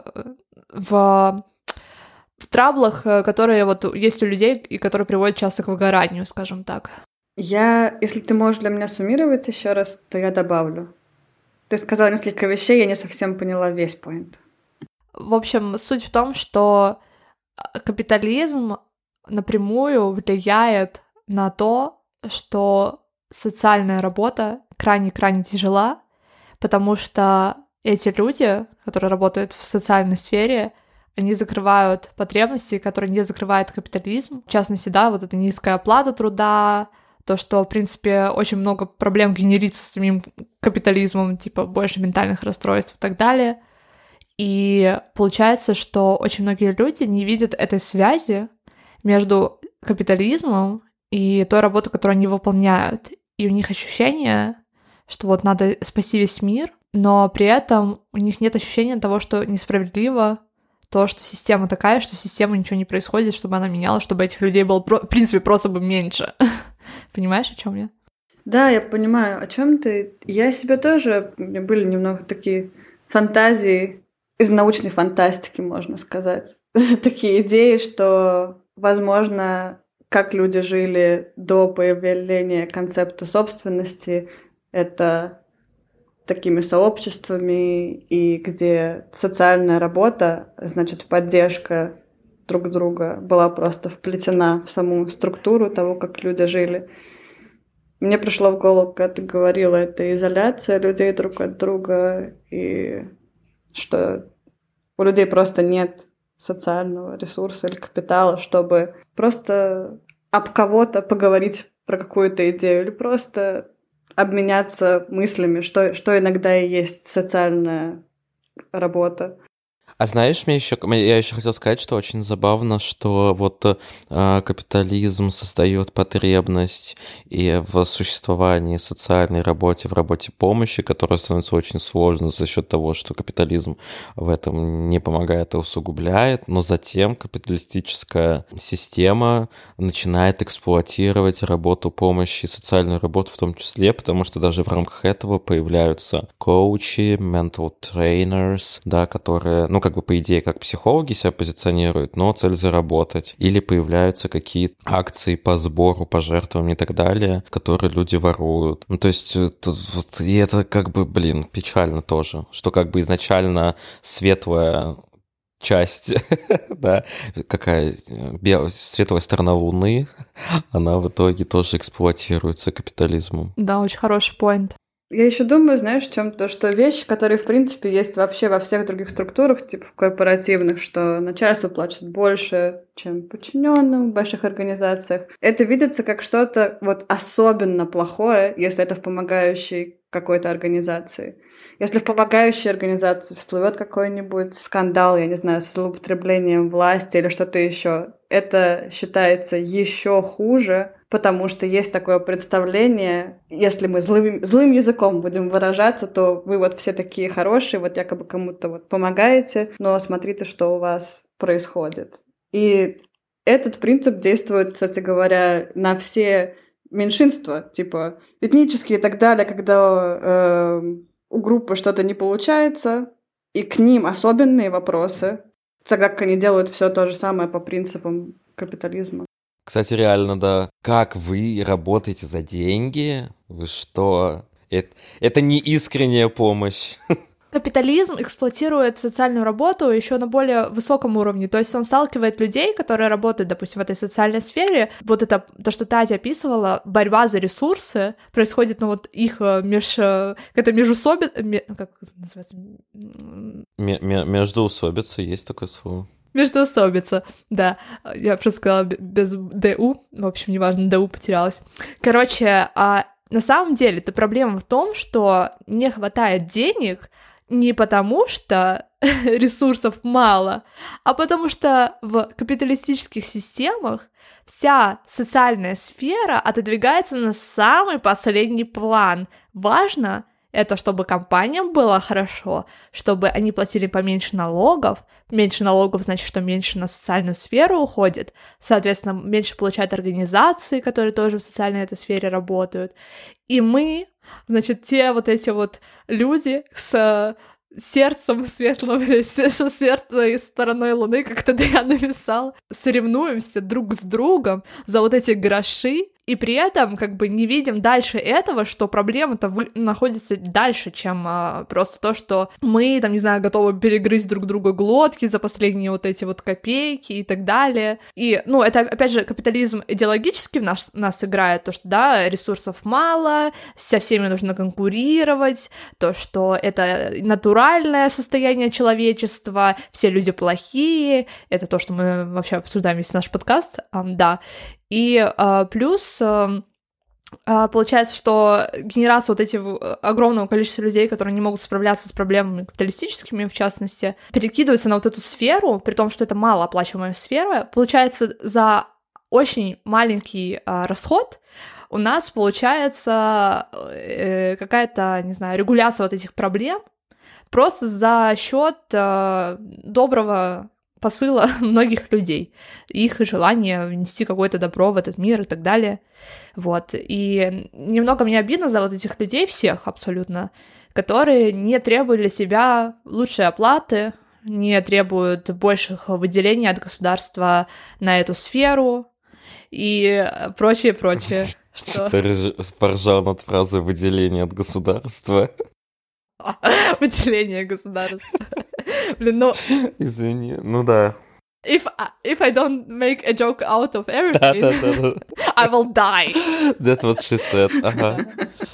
в траблах, которые вот есть у людей, и которые приводят часто к выгоранию, скажем так. Если ты можешь для меня суммировать еще раз, то я добавлю. Ты сказала несколько вещей, я не совсем поняла весь поинт. В общем, суть в том, что капитализм напрямую влияет на то, что социальная работа крайне-крайне тяжела, потому что эти люди, которые работают в социальной сфере, они закрывают потребности, которые не закрывает капитализм. В частности, да, вот эта низкая оплата труда, то, что, в принципе, очень много проблем генерится с самим капитализмом, типа больше ментальных расстройств и так далее. И получается, что очень многие люди не видят этой связи между капитализмом и той работой, которую они выполняют. И у них ощущение, что вот надо спасти весь мир, но при этом у них нет ощущения того, что несправедливо, то, что система такая, что система ничего не происходит, чтобы она менялась, чтобы этих людей было, в принципе, просто бы меньше. Понимаешь, о чем я? Да, я понимаю, о чем ты. Я себе тоже, у меня были немного такие фантазии из научной фантастики, можно сказать. Такие идеи, что, возможно, как люди жили до появления концепта собственности, это такими сообществами, и где социальная работа, значит, поддержка друг друга была просто вплетена в саму структуру того, как люди жили. Мне пришло в голову, когда ты говорила, это изоляция людей друг от друга, и что у людей просто нет социального ресурса или капитала, чтобы просто об кого-то поговорить про какую-то идею или просто обменяться мыслями, что иногда и есть социальная работа. А знаешь, я еще хотел сказать, что очень забавно, что вот капитализм создает потребность и в существовании социальной работе, в работе помощи, которая становится очень сложной за счет того, что капитализм в этом не помогает, а усугубляет, но затем капиталистическая система начинает эксплуатировать работу помощи, социальную работу в том числе, потому что даже в рамках этого появляются коучи, mental trainers, да, которые, ну, как бы по идее, как психологи себя позиционируют, но цель заработать. Или появляются какие-то акции по сбору, пожертвованиям и так далее, которые люди воруют. Ну, то есть, и это как бы, печально тоже, что как бы изначально светлая часть, да, какая светлая сторона Луны, она в итоге тоже эксплуатируется капитализмом. Да, очень хороший поинт. Я еще думаю, знаешь, в чем-то, что вещи, которые, в принципе, есть вообще во всех других структурах, типа в корпоративных, что начальство платит больше, чем подчиненным в больших организациях. Это видится как что-то вот особенно плохое, если это в помогающей какой-то организации. Если в помогающей организации всплывет какой-нибудь скандал, я не знаю, с злоупотреблением власти или что-то еще, это считается еще хуже, потому что есть такое представление, если мы злым языком будем выражаться, то вы вот все такие хорошие, вот якобы кому-то вот помогаете, но смотрите, что у вас происходит. И этот принцип действует, кстати говоря, на все меньшинства, типа этнические и так далее, когда у группы что-то не получается, и к ним особенные вопросы, тогда как они делают все то же самое по принципам капитализма. Кстати, реально, да. Как вы работаете за деньги? Вы что? Это не искренняя помощь. Капитализм эксплуатирует социальную работу еще на более высоком уровне, то есть он сталкивает людей, которые работают, допустим, в этой социальной сфере. Вот это, то, что Татья описывала, борьба за ресурсы, происходит, ну, вот их какая-то межусобица, как это называется? Междоусобица, есть такое слово. Междоусобица, да. Я просто сказала без ДУ, в общем, неважно, ДУ потерялась. Короче, на самом деле, это проблема в том, что не хватает денег не потому, что ресурсов мало, а потому что в капиталистических системах вся социальная сфера отодвигается на самый последний план. Важно это, чтобы компаниям было хорошо, чтобы они платили поменьше налогов. Меньше налогов значит, что меньше на социальную сферу уходит. Соответственно, меньше получают организации, которые тоже в социальной этой сфере работают. И мы, значит, те вот эти вот люди с сердцем светлым, со светлой стороной Луны, как тогда я написал, соревнуемся друг с другом за вот эти гроши, и при этом как бы не видим дальше этого, что проблема-то находится дальше, чем просто то, что мы, там, не знаю, готовы перегрызть друг друга глотки за последние вот эти вот копейки и так далее. И, ну, это, опять же, капитализм идеологически в нас играет, то, что, да, ресурсов мало, со всеми нужно конкурировать, то, что это натуральное состояние человечества, все люди плохие, это то, что мы вообще обсуждаем весь наш подкаст, да. И плюс получается, что генерация вот этих огромного количества людей, которые не могут справляться с проблемами капиталистическими, в частности, перекидывается на вот эту сферу, при том, что это малооплачиваемая сфера, получается, за очень маленький расход у нас получается какая-то, не знаю, регуляция вот этих проблем просто за счет доброго посыла многих людей, их желание внести какое-то добро в этот мир и так далее, вот, и немного мне обидно за вот этих людей всех абсолютно, которые не требуют для себя лучшей оплаты, не требуют больших выделений от государства на эту сферу и прочее. Что ты поржал над фразой «выделение от государства»? Выделение государства. Блин, ну... Извини, ну да. If I don't make a joke out of everything, I will die. That's what she said, ага.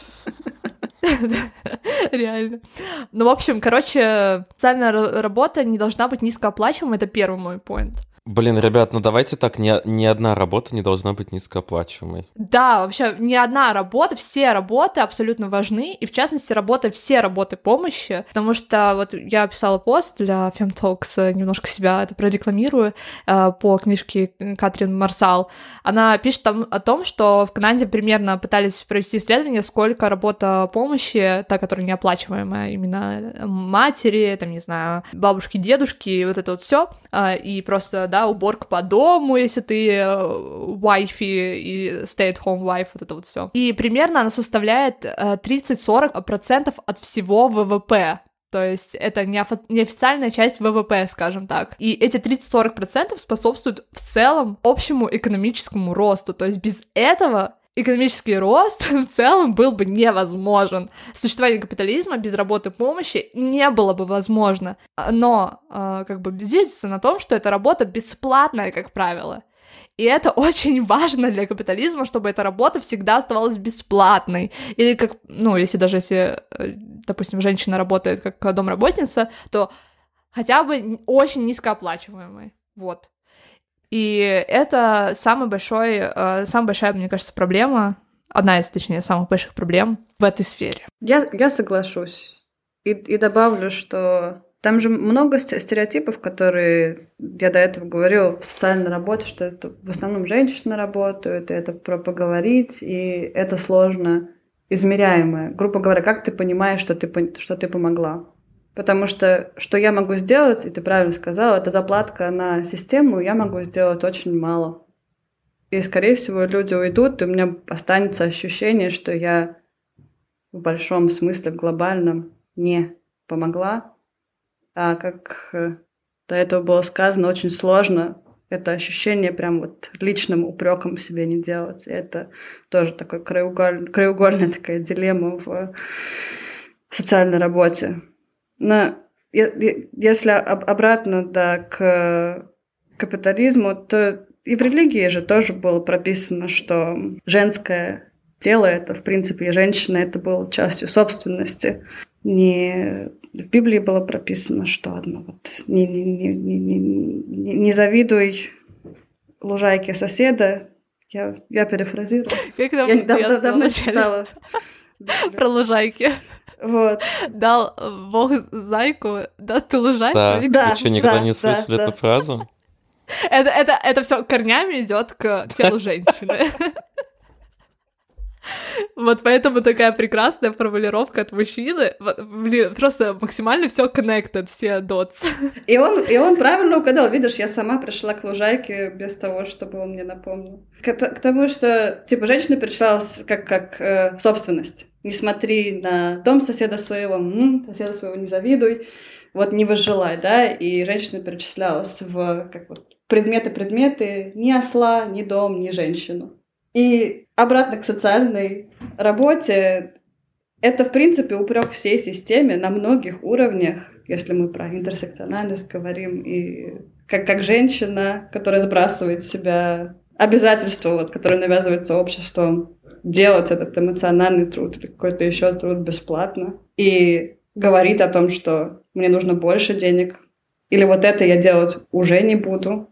Реально. Ну, в общем, короче, социальная работа не должна быть низкооплачиваемой, это первый мой поинт. Блин, ребят, ну давайте так, ни одна работа не должна быть низкооплачиваемой. Да, вообще ни одна работа, все работы абсолютно важны, и в частности все работы помощи, потому что вот я писала пост для FemTalks, немножко себя это прорекламирую, по книжке Катрин Марсал. Она пишет там о том, что в Канаде примерно пытались провести исследование, сколько работа помощи, та, которая неоплачиваемая, именно матери, там, не знаю, бабушки, дедушки, вот это вот все, и просто, да, уборка по дому, если ты wifey и stay-at-home wife, вот это вот все. И примерно она составляет 30-40% от всего ВВП. То есть это неофициальная часть ВВП, скажем так. И эти 30-40% способствуют в целом общему экономическому росту. То есть без этого экономический рост в целом был бы невозможен. Существование капитализма без работы помощи не было бы возможно. Но как бы зиждется на том, что эта работа бесплатная, как правило. И это очень важно для капитализма, чтобы эта работа всегда оставалась бесплатной. Или как, ну, если, допустим, женщина работает как домработница, то хотя бы очень низкооплачиваемой. Вот. И это самая большая, мне кажется, проблема, одна из, точнее, самых больших проблем в этой сфере. Я соглашусь. И добавлю, что там же много стереотипов, которые я до этого говорила в социальной работе, что это в основном женщины работают, и это про поговорить, и это сложно измеряемое. Грубо говоря, как ты понимаешь, что ты помогла? Потому что я могу сделать, и ты правильно сказала, это заплатка на систему, я могу сделать очень мало. И, скорее всего, люди уйдут, и у меня останется ощущение, что я в большом смысле, в глобальном, не помогла. А как до этого было сказано, очень сложно это ощущение прям вот личным упреком себе не делать. И это тоже такой краеугольная такая дилемма в социальной работе. Но если обратно, да, к капитализму, то и в религии же тоже было прописано, что женское тело — это, в принципе, и женщина — это было частью собственности. В Библии было прописано, что одно вот не завидуй лужайке соседа. Я перефразирую. Как там я давно читала. Про лужайки. Вот. Дал Бог зайку, даст ты лужайку. Да, вы что, никогда не слышали эту фразу? Это все корнями идет к телу женщины. Вот поэтому такая прекрасная формулировка от мужчины. Блин, просто максимально все connected, все dots. И он правильно угадал. Видишь, я сама пришла к лужайке без того, чтобы он мне напомнил. К тому, что, типа, женщина перечислялась как собственность. Не смотри на дом соседа своего не завидуй, вот не возжелай, да? И женщина перечислялась в как вот предметы, ни осла, ни дом, ни женщину. И обратно к социальной работе, это, в принципе, упрек всей системе на многих уровнях, если мы про интерсекциональность говорим, и как женщина, которая сбрасывает с себя обязательства, вот, которые навязываются обществом, делать этот эмоциональный труд или какой-то еще труд бесплатно, и говорит о том, что мне нужно больше денег, или вот это я делать уже не буду.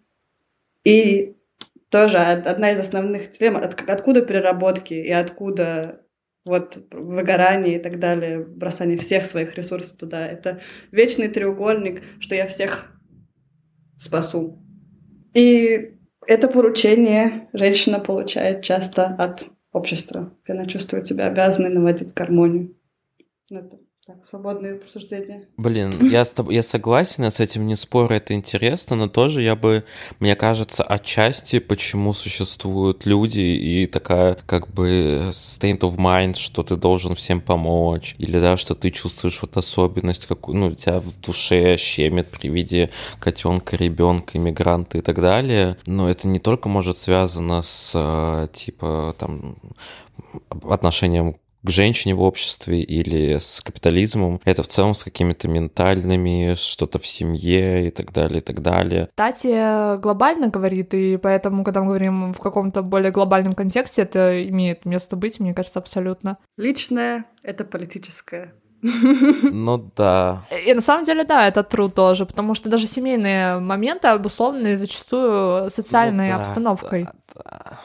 И тоже одна из основных тем, откуда переработки и откуда вот выгорание и так далее, бросание всех своих ресурсов туда. Это вечный треугольник, что я всех спасу. И это поручение женщина получает часто от общества, где она чувствует себя обязанной наводить гармонию. Это так, свободное обсуждение. Блин, я согласен, я с этим не спорю, это интересно, но тоже мне кажется, отчасти, почему существуют люди и такая, как бы, state of mind, что ты должен всем помочь, или, да, что ты чувствуешь вот особенность, какую, тебя в душе щемит при виде котенка, ребенка, иммигранта и так далее, но это не только может связано с, типа, там, отношением к женщине в обществе или с капитализмом. Это в целом с какими-то ментальными, что-то в семье и так далее, и так далее. Тати глобально говорит, и поэтому, когда мы говорим в каком-то более глобальном контексте, это имеет место быть, мне кажется, абсолютно. Личное — это политическое. Ну да. И на самом деле, да, это true тоже, потому что даже семейные моменты обусловлены зачастую социальной обстановкой. Да.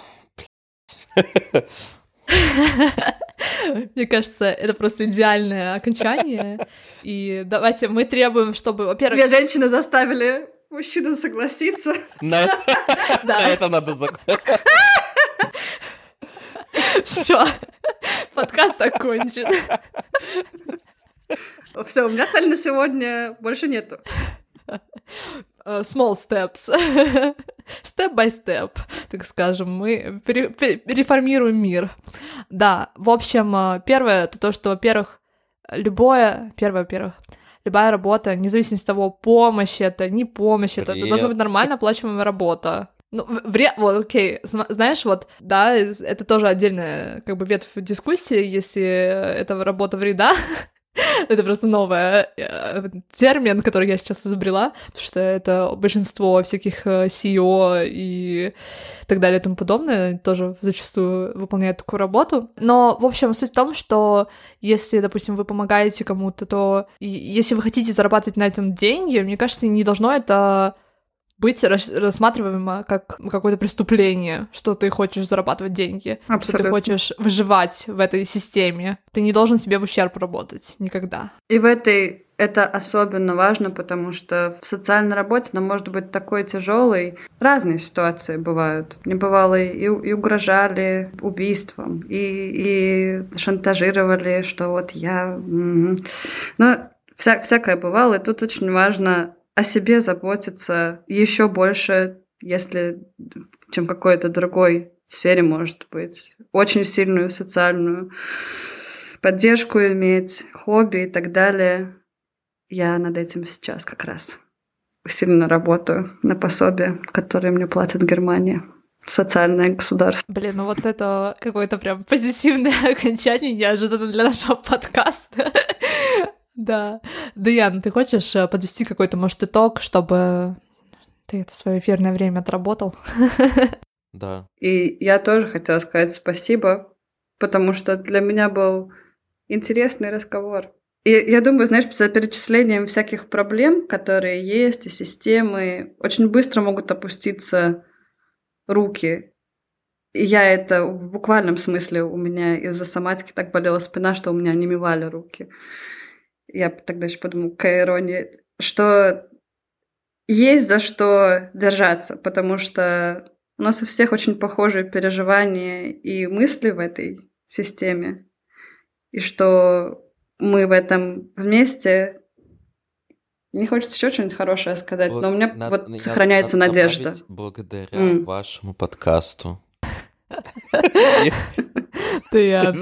Мне кажется, это просто идеальное окончание. И давайте мы требуем, чтобы, во-первых... Две женщины заставили мужчину согласиться. На это надо закончить. Все, подкаст окончен. Все, у меня цель на сегодня больше нету. Small steps. Step by step, так скажем, мы реформируем мир. Да, в общем, первое, это то, что, во-первых, любая работа, независимо от того, помощь это, не помощь, это должна быть нормально оплачиваемая работа. Ну, вот, окей, знаешь, вот, да, это тоже отдельная, как бы, ветвь дискуссии, если это работа вреда. Это просто новый термин, который я сейчас изобрела, потому что это большинство всяких CEO и так далее и тому подобное тоже зачастую выполняют такую работу. Но, в общем, суть в том, что если, допустим, вы помогаете кому-то, то если вы хотите зарабатывать на этом деньги, мне кажется, не должно это быть рассматриваемо как какое-то преступление, что ты хочешь зарабатывать деньги, Абсолютно. что ты хочешь выживать в этой системе. Ты не должен себе в ущерб работать никогда. И это особенно важно, потому что в социальной работе она может быть такой тяжелой. Разные ситуации бывают. Мне бывало и угрожали убийством, и шантажировали, что вот я... Но всякое бывало, и тут очень важно о себе заботиться еще больше, чем в какой-то другой сфере, может быть. Очень сильную социальную поддержку иметь, хобби и так далее. Я над этим сейчас как раз сильно работаю на пособие, которое мне платит Германия. Социальное государство. Блин, ну вот это какое-то прям позитивное окончание, неожиданно для нашего подкаста. Да. Даян, ты хочешь подвести какой-то, может, итог, чтобы ты это свое эфирное время отработал? Да. И я тоже хотела сказать спасибо, потому что для меня был интересный разговор. И я думаю, знаешь, за перечислением всяких проблем, которые есть, и системы, очень быстро могут опуститься руки. И я это в буквальном смысле, у меня из-за соматики так болела спина, что у меня онемевали руки. Я тогда еще подумала, какая ирония, что есть за что держаться, потому что у нас у всех очень похожие переживания и мысли в этой системе, и что мы в этом вместе. Не хочется еще что-нибудь хорошее сказать, но у меня сохраняется надежда. Благодаря вашему подкасту. Даян.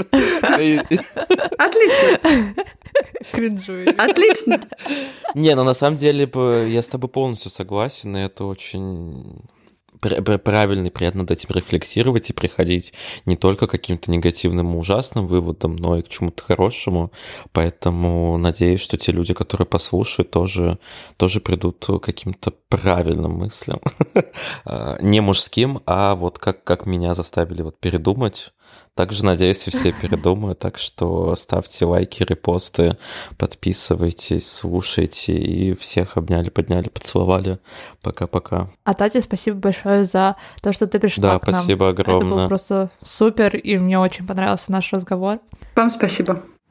Отлично. Кринжуй. Отлично. Не, ну на самом деле я с тобой полностью согласен, и это очень правильно и приятно над этим рефлексировать и приходить не только к каким-то негативным и ужасным выводам, но и к чему-то хорошему. Поэтому надеюсь, что те люди, которые послушают, тоже придут к каким-то правильным мыслям. Не мужским, а вот как меня заставили вот передумать. Также, надеюсь, и все передумают, так что ставьте лайки, репосты, подписывайтесь, слушайте, и всех обняли, подняли, поцеловали. Пока-пока. А Тате, спасибо большое за то, что ты пришла к нам. Да, спасибо огромное. Это был просто супер, и мне очень понравился наш разговор. Вам спасибо.